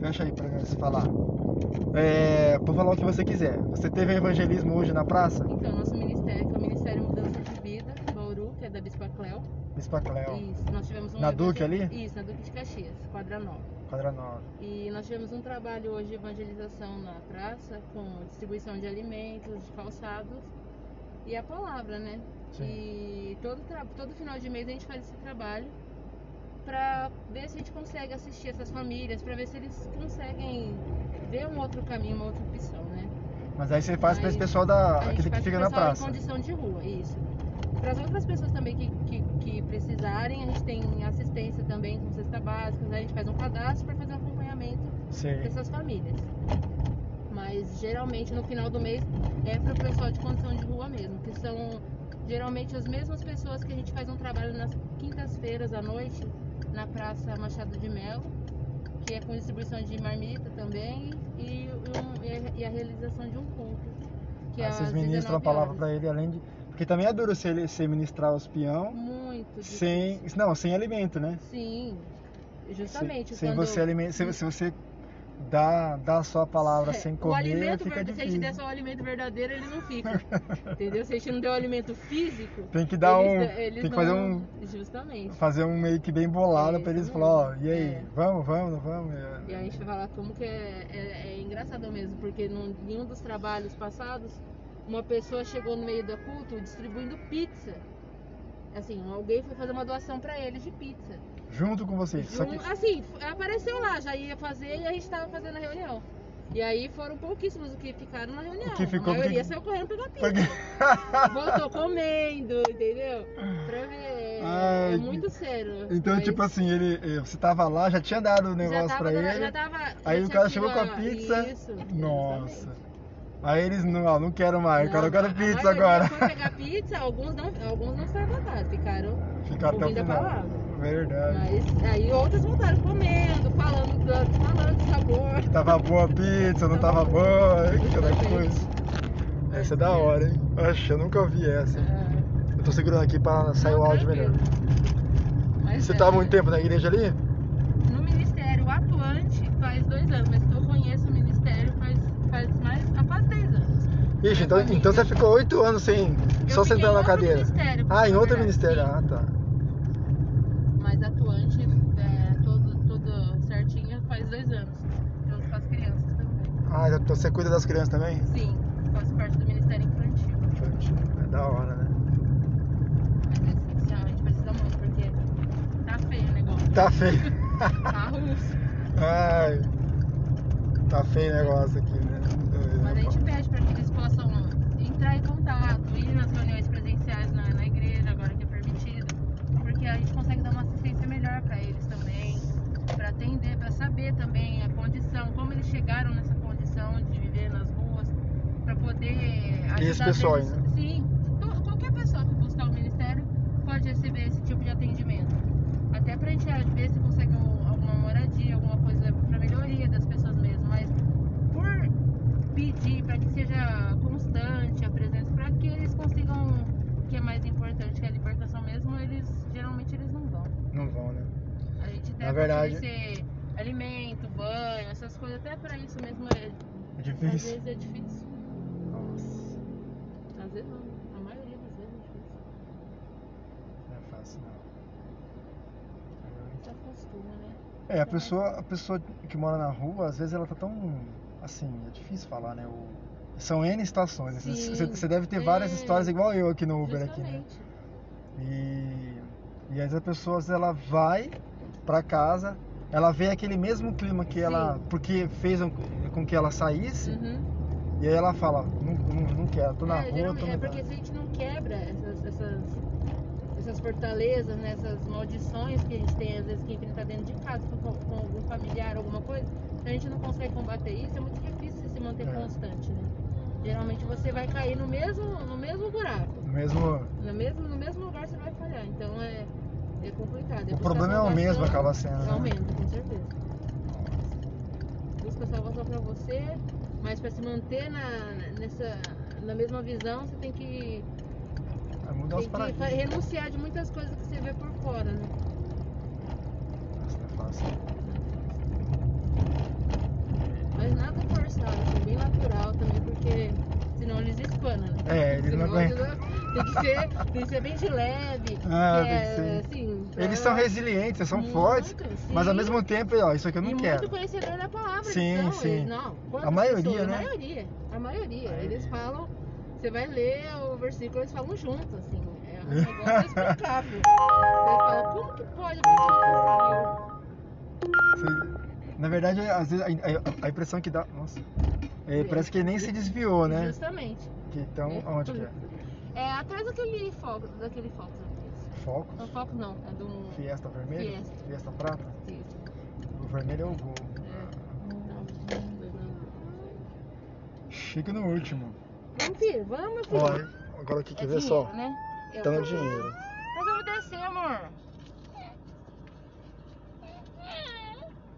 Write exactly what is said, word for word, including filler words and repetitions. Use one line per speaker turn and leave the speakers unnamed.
fecha aí pra nós falar. É, pode falar o que você quiser. Você teve evangelismo hoje na praça?
Então, nosso ministério, que é o Ministério Mudança de Vida, Bauru, que é da Bispa Cléo.
Bispa Cléo.
Isso, nós tivemos um
Na Duque
evangel-
ali?
Isso, na Duque de Caxias, quadra nove.
Quadra nove.
E nós tivemos um trabalho hoje de evangelização na praça, com distribuição de alimentos, de calçados e a palavra, né?
Sim.
E todo, tra- todo final de mês a gente faz esse trabalho pra ver se a gente consegue assistir essas famílias, pra ver se eles conseguem ver um outro caminho, uma outra opção, né?
Mas aí você faz para esse
Mas
pessoal da,
a gente
aquele que
faz
fica
pro
na
pessoal
praça.
em condição de rua, isso. Para as outras pessoas também que, que, que precisarem, a gente tem assistência também com cesta básica, né? A gente faz um cadastro para fazer um acompanhamento
Sim.
dessas famílias. Mas geralmente no final do mês é para o pessoal de condição de rua mesmo, que são geralmente as mesmas pessoas que a gente faz um trabalho nas quintas-feiras à noite na Praça Machado de Melo, que é com distribuição de marmita também e, um, e, a, e a realização de um culto. Que
Aí
é
vocês
às
ministram a
dezenove
palavra
horas.
para ele, além de... Porque também é duro você, você ministrar os peão
Muito
sem...
difícil.
Não, sem alimento, né?
Sim, justamente.
Sem, sem
quando...
você alimentar... Se, se você dá, dá só a palavra
É,
sem
o
comer,
alimento
fica
verde- se a gente
difícil.
der só o alimento verdadeiro, ele não fica. Entendeu? Se a gente não der o alimento físico,
Tem que dar
eles,
um...
eles
tem que
não...
fazer um...
Justamente.
Fazer um meio que bem bolado
É,
para eles
isso
falar, ó,
mesmo.
e aí,
É.
vamos, vamos, não vamos?
E a gente vai falar como que é, é, é engraçado mesmo, porque num, em um dos trabalhos passados, uma pessoa chegou no meio do culto distribuindo pizza. Assim, alguém foi fazer uma doação pra eles de pizza.
Junto com vocês. Só que...
Jun- Assim, f- apareceu lá, já ia fazer e a gente tava fazendo a reunião. E aí foram pouquíssimos os que ficaram na reunião.
O que ficou
a maioria
porque-
saiu correndo pegar pizza.
Porque-
Voltou comendo, entendeu? Pra ver. É,
Ai,
é muito sério.
Então,
Mas
tipo assim, ele, eh, você tava lá, já tinha dado o
já
negócio
tava,
pra
dando-
ele.
já tava,
Aí
já
o
tinha
cara
tido
chegou com a
a-
pizza.
Isso,
Nossa.
exatamente.
Aí eles não, ó, não quero mais, cara, eu
Não,
quero
a-
pizza
a maioria
agora.
foi pegar pizza, alguns não, alguns não estavam vontade, ficaram
Fica até o
ouvindo a
final.
palavra.
Verdade.
Mas aí outros voltaram comendo, falando, do- falando do sabor.
Tava boa a pizza, não tava boa, aquela
Exatamente.
coisa. Essa é da hora, hein? Oxe, eu nunca ouvi essa.
É,
Eu tô segurando aqui pra sair
não,
o áudio
tranquilo.
melhor.
Mas
Você
é,
tá há muito tempo na igreja ali?
no ministério atuante faz dois anos, mas que eu conheço o ministério faz, faz mais, há quase dez anos.
Ixi,
Eu
então,
conheço.
então você ficou oito anos sem.
Eu
Só
fiquei
sentando
em
na
outro
cadeira.
ministério,
Ah, em
na
outro
verdade,
ministério.
sim.
Ah, tá.
Mas atuante, é, todo, tudo certinho, faz dois anos. Eu faço crianças também.
Ah, então você cuida das crianças também?
Sim, faço parte do Ministério Infantil.
É da hora, né?
Mas é essencial, a gente precisa muito, porque tá feio o negócio.
Tá feio.
Tá russo.
Ai. Tá feio o negócio aqui, né?
Mas a gente pede para que eles possam entrar em contato, ir nas reuniões presenciais na, na igreja, agora que é permitido, porque a gente consegue dar uma assistência melhor para eles também, para atender, para saber também a condição, como eles chegaram nessa condição de viver nas ruas, para poder ajudar
esse pessoal aí,
eles.
né?
Sim, to- qualquer pessoa que buscar o ministério pode receber esse tipo de atendimento. Até pra gente ver se consegue um- alguma moradia, alguma coisa para melhoria das pessoas mesmo, mas por pedir para que seja constante a presença, para que eles consigam, o que é mais importante, que é a libertação mesmo, eles geralmente eles não vão.
Não vão, né?
A gente
Na
deve
verdade-
oferecer alimento, banho, essas coisas, até para isso mesmo é,
É
às
difícil.
vezes é difícil.
Nossa.
Às vezes não, a maioria das vezes é difícil.
Não é fácil, não.
Se acostuma, né?
É, a pessoa, a pessoa que mora na rua, às vezes ela tá tão. Assim, é difícil falar, né? O... São N situações. né?
Sim.
Você, você deve ter várias
É.
histórias igual eu aqui no Uber, aqui, né?
Justamente.
E, e às vezes a pessoa ela vai pra casa, ela vê aquele mesmo clima que ela.
Sim.
Porque fez um- com que ela saísse,
Uhum.
e aí ela fala: não, não, não quero, tô na
é,
rua, tô
geralmente,
no
é porque
lugar.
se a gente não quebra essas, essas, essas fortalezas, né, essas maldições que a gente tem, às vezes, que enfrenta dentro de casa com, com algum familiar, alguma coisa, se a gente não consegue combater isso, é muito difícil se manter
É.
constante, né? Geralmente você vai cair no mesmo, no mesmo buraco,
Mesmo.
no mesmo, no mesmo lugar você vai falhar, então é, é complicado. É
O
buscar
problema é o mesmo,
salvação,
acaba sendo. né?
Aumenta, com certeza. Busca salvação pra você, mas pra se manter na, nessa, na mesma visão, você tem que,
É mudar os
tem que fa-
paradigmas.
renunciar de muitas coisas que você vê por fora, né?
Isso não é fácil. aguenta.
Tem que ser, tem que ser bem de leve.
Ah,
que
tem
é,
que ser.
assim, pra-
Eles são resilientes, são
Muito,
fortes,
sim.
mas ao mesmo tempo, ó, isso aqui eu não
e
quero.
muito conhecedor da palavra.
Sim,
eles são,
sim.
eles- não, quantas
A maioria,
pessoas?
né?
A maioria, a maioria.
Maioria.
Eles falam, você vai ler o versículo, eles falam junto, assim. É um negócio inexplicável. Você fala, como que pode a pessoa conseguir?
Você- Na verdade, às vezes, a, a- a impressão que dá. Nossa. É, parece que ele nem se desviou, né?
Justamente.
Que, então,
É.
onde que é?
É atrás daquele foco, daquele foco.
Focus?
Não, foco não, é do
Fiesta vermelho?
Fiesta.
Fiesta prata?
Isso.
O vermelho é o gol.
É.
Chique no último.
Vamos, filho, vamos, filho.
Olha, agora aqui quer
É
ver
dinheiro,
só.
né? Eu
Tá no
vou-
dinheiro.
Mas eu vou descer, amor.